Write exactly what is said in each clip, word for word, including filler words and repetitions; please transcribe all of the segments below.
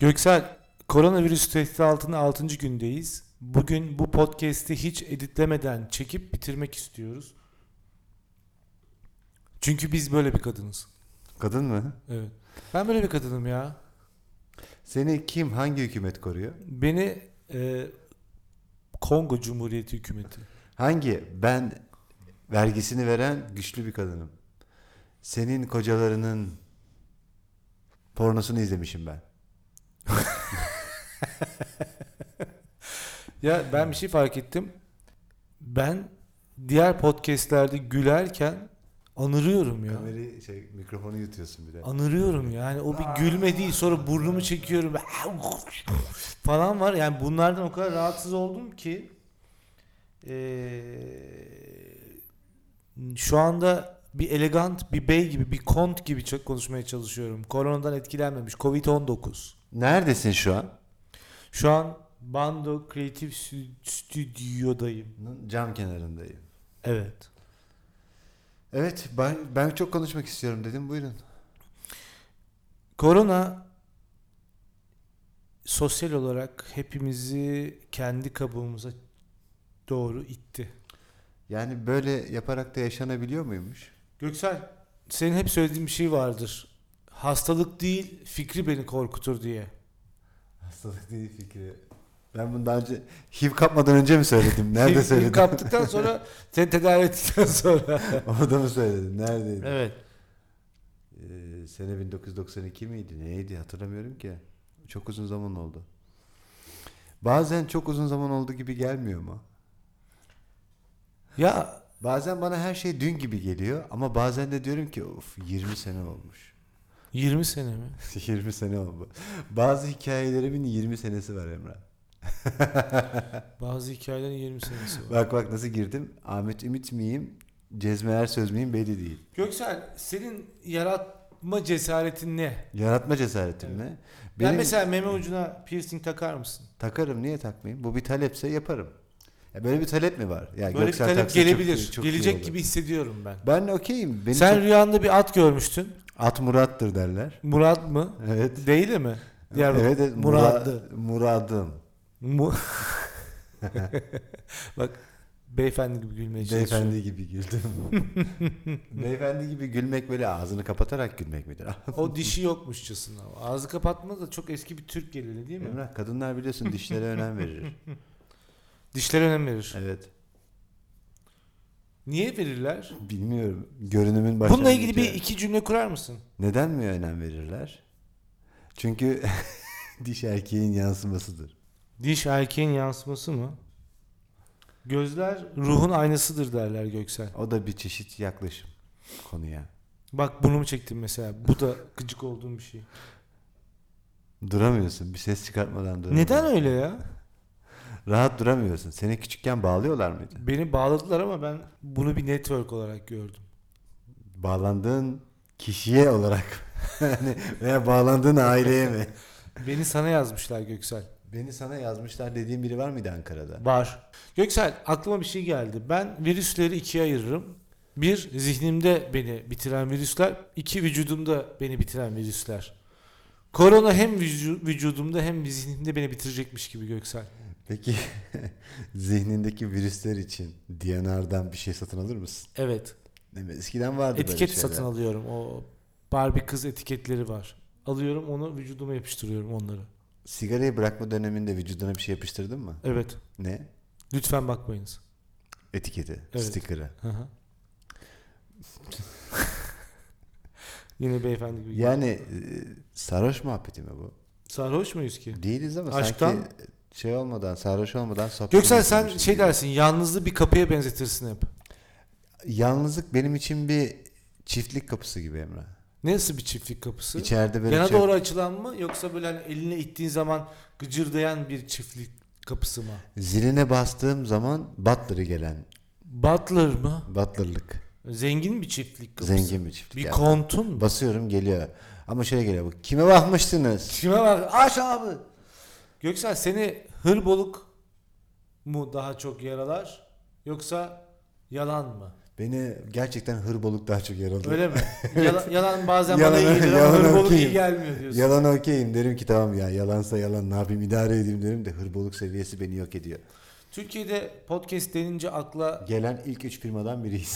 Göksel, koronavirüs tehdidi altında altıncı gündeyiz. Bugün bu podcast'i hiç editlemeden çekip bitirmek istiyoruz. Çünkü biz böyle bir kadınız. Kadın mı? Evet. Ben böyle bir kadınım ya. Seni kim, hangi hükümet koruyor? Beni e, Kongo Cumhuriyeti hükümeti. Hangi? Ben vergisini veren güçlü bir kadınım. Senin kocalarının pornosunu izlemişim ben. Ya ben bir şey fark ettim. Ben diğer podcastlerde gülerken anırıyorum ya. Kamerayı, şey, mikrofonu yutuyorsun bir de. Anırıyorum yani. O bir gülme değil. Sonra burnumu çekiyorum. Falan var. Yani bunlardan o kadar rahatsız oldum ki ee, şu anda bir elegant, bir bey gibi, bir kont gibi çok konuşmaya çalışıyorum. Koronadan etkilenmemiş. covid on dokuz. Neredesin şu an? Şu an Bando Creative Stüdyo'dayım. Cam kenarındayım. Evet. Evet, ben, ben çok konuşmak istiyorum dedim. Buyurun. Korona sosyal olarak hepimizi kendi kabuğumuza doğru itti. Yani böyle yaparak da yaşanabiliyor muymuş? Göksel, senin hep söylediğin bir şey vardır. Hastalık değil, fikri beni korkutur diye. Hastalık değil fikri. Ben bunu daha önce H I V kapmadan önce mi söyledim? Nerede H I V söyledim? kaptıktan sonra, seni tedavi ettikten sonra. Orada mı söyledim? Neredeydi? Evet. Ee, sene bin dokuz yüz doksan iki miydi? Neydi? Hatırlamıyorum ki. Çok uzun zaman oldu. Bazen çok uzun zaman oldu gibi gelmiyor mu? Ya Bazen bana her şey dün gibi geliyor ama bazen de diyorum ki of yirmi sene olmuş. yirmi sene mi? yirmi sene oldu. Bazı hikayelerimin yirmi senesi var Emrah. Bazı hikayelerin yirmi senesi var. Bak bak nasıl girdim. Ahmet Ümit miyim? Cezmi Ersöz müyüm? Belli değil. Göksel, senin yaratma cesaretin ne? Yaratma cesaretim Evet. mi? Ben Benim mesela meme ucuna piercing takar mısın? takarım, niye takmayayım? Bu bir talepse yaparım. Ya böyle bir talep mi var? Ya Böyle bir Göksel talep taksa çok gelebilir. iyi- çok iyi Gelecek olur. gibi hissediyorum ben. Ben okeyim. Beni Sen çok- rüyanda bir at görmüştün. At Murat'tır derler. Murat mı? Evet. Değil mi? Diğer evet, evet Murad'dı. Mura- Muradım. Mu Bak, beyefendi gibi gülmeye çalışıyorum. Beyefendi gibi güldüm. Beyefendi gibi gülmek böyle ağzını kapatarak gülmek midir? O dişi yokmuşçasına. Ağzı kapatma da çok eski bir Türk geliri değil mi? Emrah, kadınlar biliyorsun dişlere önem verir. Dişlere önem verir. Evet. Niye verirler? Bilmiyorum. Görünümün başlangıcı. Bununla ilgili bir iki cümle kurar mısın? Neden mi önem verirler? Çünkü diş erkeğin yansımasıdır. Diş erkeğin yansıması mı? Gözler ruhun aynasıdır derler Göksel. O da bir çeşit yaklaşım konuya. Bak burnumu çektim mesela. Bu da gıcık olduğum bir şey. Duramıyorsun. Bir ses çıkartmadan duramıyorsun. Neden öyle ya? Rahat duramıyorsun. Seni küçükken bağlıyorlar mıydı? Beni bağladılar ama ben bunu bir network olarak gördüm. Bağlandığın kişiye olarak yani veya bağlandığın aileye mi? Beni sana yazmışlar Göksel. Beni sana yazmışlar dediğin biri var mıydı Ankara'da? Var. Göksel, aklıma bir şey geldi. Ben virüsleri ikiye ayırırım. Bir, zihnimde beni bitiren virüsler. İki, vücudumda beni bitiren virüsler. Korona hem vücu- vücudumda hem zihnimde beni bitirecekmiş gibi Göksel. Peki zihnindeki virüsler için D N R'dan bir şey satın alır mısın? Evet. Değil mi? Eskiden vardı böyle Etiket şeyler. satın alıyorum. O Barbie kız etiketleri var. Alıyorum onu, vücuduma yapıştırıyorum onları. Sigarayı bırakma döneminde vücuduna bir şey yapıştırdın mı? Evet. Ne? Lütfen bakmayınız. Etiketi, Evet. sticker'ı. Hı hı. Yine beyefendi gibi. Yani e, sarhoş muhabbeti mi bu? Sarhoş muyuz ki? Değiliz ama Aşktan- sanki şey olmadan, sarhoş olmadan sohbet Göksel sen ediyormuşuz şey gibi. dersin, yalnızlığı bir kapıya benzetirsin hep. Yalnızlık benim için bir çiftlik kapısı gibi Emrah. Nasıl bir çiftlik kapısı? İçeride böyle Yana çok- doğru açılan mı yoksa böyle hani eline ittiğin zaman gıcırdayan bir çiftlik kapısı mı? ziline bastığım zaman Butler'ı gelen. Butler mı? Butler'lık. Zengin bir çiftlik kapısı. Zengin bir çiftlik. Bir Yani kontun mu? basıyorum geliyor. Ama şöyle geliyor. Bu kime bakmıştınız? Kime bak? Aç abi. Göksel, seni hırboluk mu daha çok yaralar yoksa yalan mı? Beni gerçekten hırboluk daha çok yaraladı. Öyle mi? Yalan, yalan bazen Yalan- bana iyi gelir ama yalan hırboluk okeyim. iyi gelmiyor diyorsun. Yalan okeyim, derim ki tamam ya, yalansa yalan, ne yapayım, idare edeyim derim de hırboluk seviyesi beni yok ediyor. Türkiye'de podcast denince akla Gelen ilk üç firmadan biriyiz.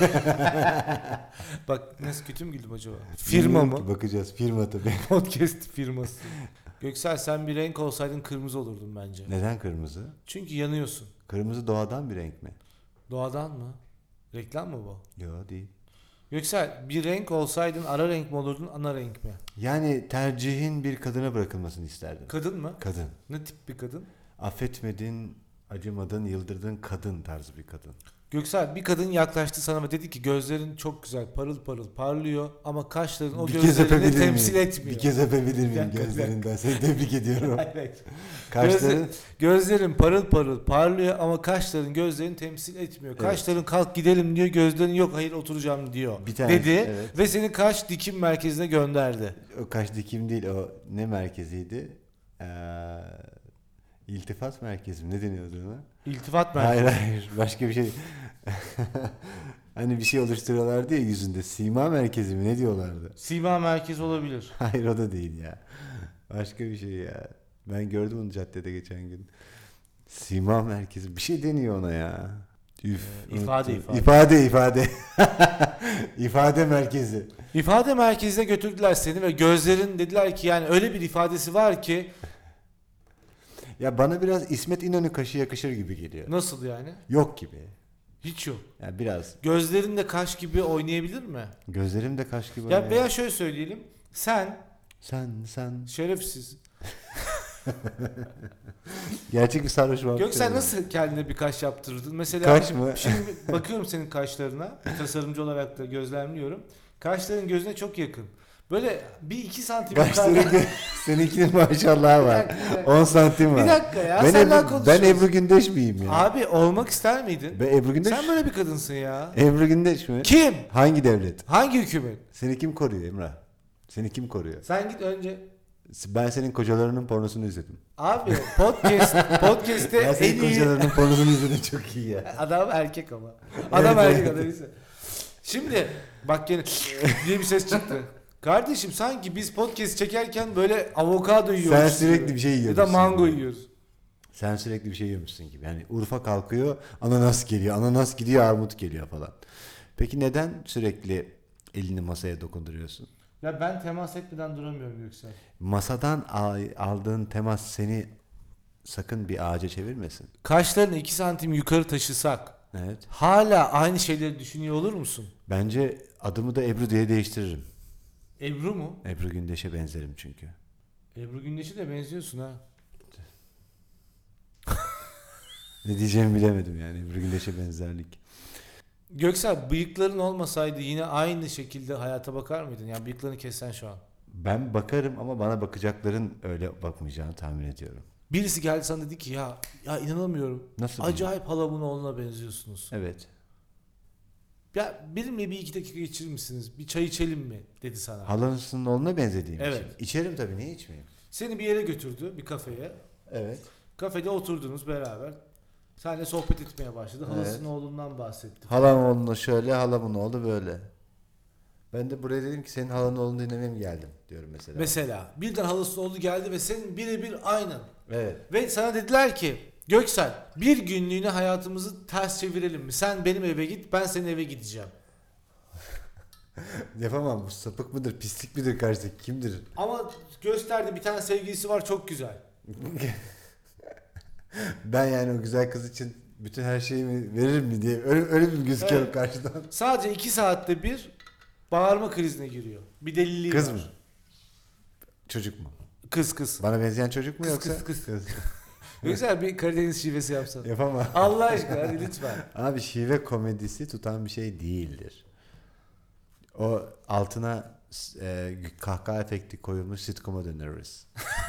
bak nasıl kötü mü güldüm acaba? Firma mı? Bakacağız, firma tabii. Podcast firması. Göksel sen bir renk olsaydın kırmızı olurdun bence. Neden kırmızı? Çünkü yanıyorsun. Kırmızı doğadan bir renk mi? Doğadan mı? Reklam mı bu? Yok değil. Göksel bir renk olsaydın ara renk mi olurdun ana renk mi? Yani tercihin bir kadına bırakılmasını isterdim. Kadın mı? Kadın. Ne tip bir kadın? Affetmedin, acımadın, yıldırdın kadın tarzı bir kadın. Göksel bir kadın yaklaştı sana ve dedi ki gözlerin çok güzel parıl parıl parlıyor ama kaşların o bir kez gözlerini öpebilir temsil miyim? etmiyor. Bir kez öpebilir Bir miyim dakika, bir gözlerinden? Seni tebrik ediyorum. Hayır, hayır. Kaşların Gözler- gözlerin parıl parıl parlıyor ama kaşların gözlerini temsil etmiyor. Evet. Kaşların kalk gidelim diyor, gözlerin yok hayır oturacağım diyor. Bir tane, dedi evet. ve seni kaş dikim merkezine gönderdi. o kaş dikim değil, o ne merkeziydi? Ee, iltifat merkezi mi? Ne deniyordu ona? İltifat merkezi. Hayır hayır, başka bir şey. Hani bir şey oluşturuyorlardı ya yüzünde. Sima merkezi mi? Ne diyorlardı? Sima merkezi olabilir. Hayır, o da değil ya. Başka bir şey ya. Ben gördüm onu caddede geçen gün. Sima merkezi. Bir şey deniyor ona ya. Üf, Ee, ifade, unuttum. ifade. İfade ifade. İfade merkezi. İfade merkezine götürdüler seni ve gözlerin dediler ki yani öyle bir ifadesi var ki Ya bana biraz İsmet İnönü kaşı yakışır gibi geliyor. nasıl yani? Yok gibi. Hiç yok. Ya biraz. Gözlerin de kaş gibi oynayabilir mi? Gözlerim de kaş gibi. Ya oynuyor. veya şöyle söyleyelim. Sen Sen sen. şerefsiz. Gerçek bir sarhoş var. Göksel nasıl kendine bir kaş yaptırırdın? Mesela Kaş mı? şimdi bakıyorum senin kaşlarına. Bir tasarımcı olarak da gözlemliyorum. Kaşların gözüne çok yakın. Böyle bir iki santim Kaşları yukarıda. gö- seninkinin maşallah Bir var. dakika, bir dakika. on santim var. Bir dakika ya. Ben, sen daha Ebru, ben konuşuyorsun. Ebru Gündeş miyim ya? Abi olmak ister miydin? Ben Ebru Gündeş. Sen böyle bir kadınsın ya. Ebru Gündeş mi? Kim? Hangi devlet? Hangi hükümet? Seni kim koruyor Emrah? Seni kim koruyor? Sen git önce. Ben senin kocalarının pornosunu izledim. Abi podcast podcast'te Ben senin en iyi kocalarının pornosunu izledim, çok iyi ya. adam erkek ama. Adam Evet, erkek evet. adam ise. Şimdi bak gene diye bir ses çıktı. Kardeşim sanki biz podcast çekerken böyle avokado yiyoruz. Sen sürekli bir şey Ya da yiyorsun. mango yiyoruz. Sen sürekli bir şey yiyormuşsun gibi. Yani Urfa kalkıyor, ananas geliyor, ananas gidiyor, armut geliyor falan. Peki neden sürekli elini masaya dokunduruyorsun? Ya ben temas etmeden duramıyorum Yüksel. Masadan al- aldığın temas seni sakın bir ağaca çevirmesin. Kaşlarını iki santim yukarı taşısak Evet. hala aynı şeyleri düşünüyor olur musun? Bence adımı da Ebru diye değiştiririm. Ebru mu? Ebru Gündeş'e benzerim çünkü. Ebru Gündeş'e de benziyorsun ha. Ne diyeceğimi bilemedim yani, Ebru Gündeş'e benzerlik. Göksel bıyıkların olmasaydı yine aynı şekilde hayata bakar mıydın? Yani bıyıklarını kessen şu an. Ben bakarım ama bana bakacakların öyle bakmayacağını tahmin ediyorum. Birisi geldi sana dedi ki ya ya inanamıyorum. Nasıl? Acayip halamın oğluna benziyorsunuz. Evet. Ya benimle bir iki dakika geçirir misiniz? Bir çay içelim mi? Dedi sana. Halanızın oğluna benzediğim Evet. için. İçerim tabii, niye içmeyeyim? Seni bir yere götürdü, bir kafeye. Evet. Kafede oturdunuz beraber. Seninle sohbet etmeye başladı. Halasının Evet. oğlundan bahsetti. Halam oğluna şöyle, halamın oğlu böyle. Ben de buraya dedim ki senin halanın oğlunu dinlemeye mi geldim diyorum mesela. Mesela birden halasının oğlu geldi ve senin birebir aynın. Evet. Ve sana dediler ki Göksel bir günlüğüne hayatımızı ters çevirelim mi? Sen benim eve git, ben senin eve gideceğim. Yapamam, bu sapık mıdır, pislik midir, karşıdaki kimdir? Ama gösterdi bir tane sevgilisi var çok güzel. Ben yani o güzel kız için bütün her şeyimi veririm mi diye öyle, öyle bir gözüküyorum Evet. karşıdan. Sadece iki saatte bir bağırma krizine giriyor. Bir deliliği Kız var. mı? Çocuk mu? Kız kız. Bana benzeyen çocuk mu Kız, yoksa? kız, kız. Güzel bir Karadeniz şivesi yapsan. Yapamam. Allah aşkına hadi lütfen. Abi şive komedisi tutan bir şey değildir. O altına e, kahkaha efekti koyulmuş sitcom'a döneriz.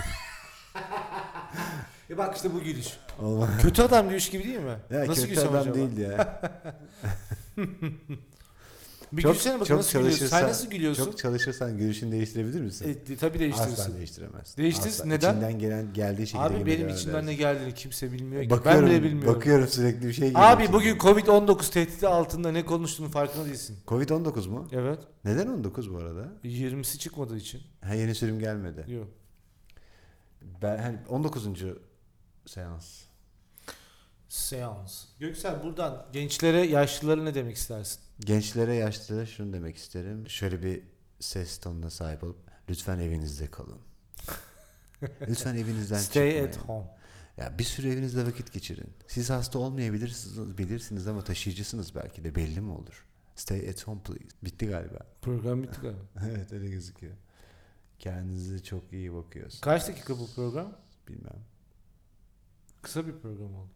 E bak işte bu gülüş. Olmaz. Kötü adam gülüş gibi değil mi? Ya Nasıl kötü gülsem adam acaba? değildi ya. Bir Çok- gülsene bak çok nasıl gülüyorsun. Sen çalışırsan- nasıl gülüyorsun? Çok çalışırsan görüşünü değiştirebilir misin? E, tabii değiştirirsin. Asla değiştiremez. Değiştirsin. Asla. Neden? İçinden gelen geldiği şekilde. Abi yine benim devam içimden ne edersin. geldiğini kimse bilmiyor ki. Bakıyorum, Ben bile bilmiyorum. Bakıyorum sürekli bir şey geliyor. Abi içinden. bugün covid on dokuz tehdidi altında ne konuştuğunu farkında değilsin. covid on dokuz mu? Evet. Neden on dokuz bu arada? yirmisi çıkmadığı için. Ha, yeni sürüm gelmedi. Yok. Ben hani on dokuzuncu seans. Seans. Göksel buradan gençlere, yaşlılara ne demek istersin? Gençlere, yaşlılara şunu demek isterim. Şöyle bir ses tonuna sahip olup lütfen evinizde kalın. Lütfen evinizden Stay çıkmayın. at home. Ya bir süre evinizde vakit geçirin. Siz hasta olmayabilirsiniz bilirsiniz ama taşıyıcısınız belki de, belli mi olur? Stay at home please. Bitti galiba. Program bitti galiba. Evet, öyle gözüküyor. Kendinize çok iyi bakıyorsunuz. Kaç dakika bu program? Bilmem. Kısa bir program oldu.